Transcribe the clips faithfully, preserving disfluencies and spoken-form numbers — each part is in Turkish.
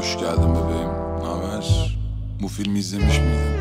Hoş geldin bebeğim. Naber? Bu filmi izlemiş miydin?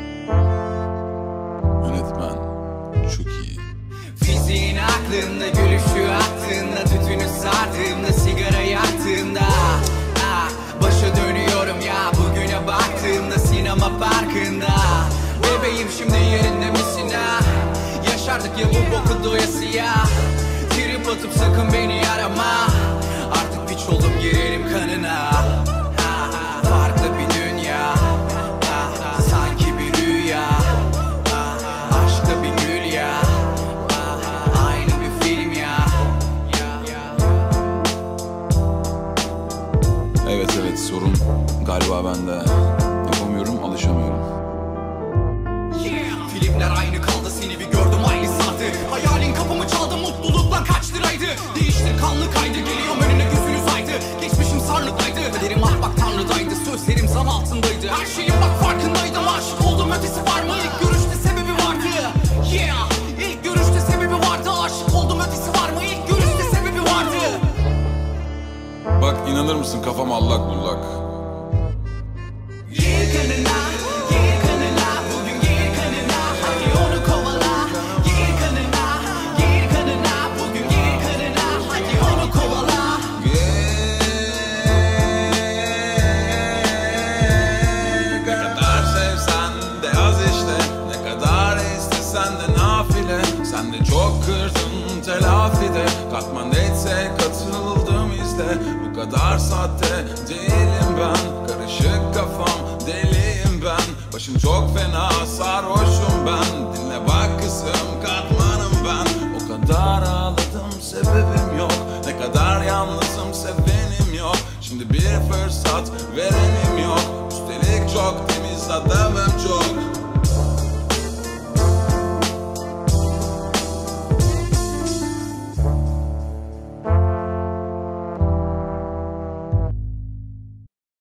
Yönetmen çok iyi. Fiziğin aklımda, gülüşü aklımda, tütünü sardığımda, sigara yaktığımda ah, başa dönüyorum ya bugüne baktığımda, sinema parkında. Bebeğim şimdi yerinde misin ha? Yaşardık ya bu boku doyasıya. Trip atıp sakın beni arama. Artık piç oldum, girerim kanına. Farklı bir dünya, sanki bir rüya. Aşkta bir gül ya, aynı bir film ya. Evet evet, sorun galiba bende. Yapamıyorum, alışamıyorum. Filmler aynı kaldı, seni bir gördüm aynı saati. Hayalin kapımı çaldı, mutluluklar kaç liraydı? Değiştir kanlı kaydı, geliyorum önüne gözünüz aydı. Geçmişim sarlıdaydı, kaderim ah bak tanrıdaydı. Sözlerim zan altındaydı, her şeyin bak farkındaydım. Aşık oldum, ötesi var mı? İlk görüşte sebebi vardı. Yeah, ilk görüşte sebebi vardı. Aşık oldum, ötesi var mı? İlk görüşte sebebi vardı. Bak inanır mısın, kafam allak bullak. Gir kanına, gir kanına, bugün gir kanına, hadi onu kovala. Gir kanına, gir kanına, bugün gir kanına, hadi onu kovala. Ne kadar sevsen de az işte, ne kadar istesen de nafile. Sen de çok kırdın telafide, katman etse katıldım izle. Bu kadar sahte değilim ben, karışık kafam deliyim ben. Başım çok fena, sarhoşum ben. Dinle bak kızım, katmanım ben. O kadar ağladım, sebebim yok. Ne kadar yalnızım, sevenim yok. Şimdi bir fırsat verenim yok. Üstelik çok temiz adam.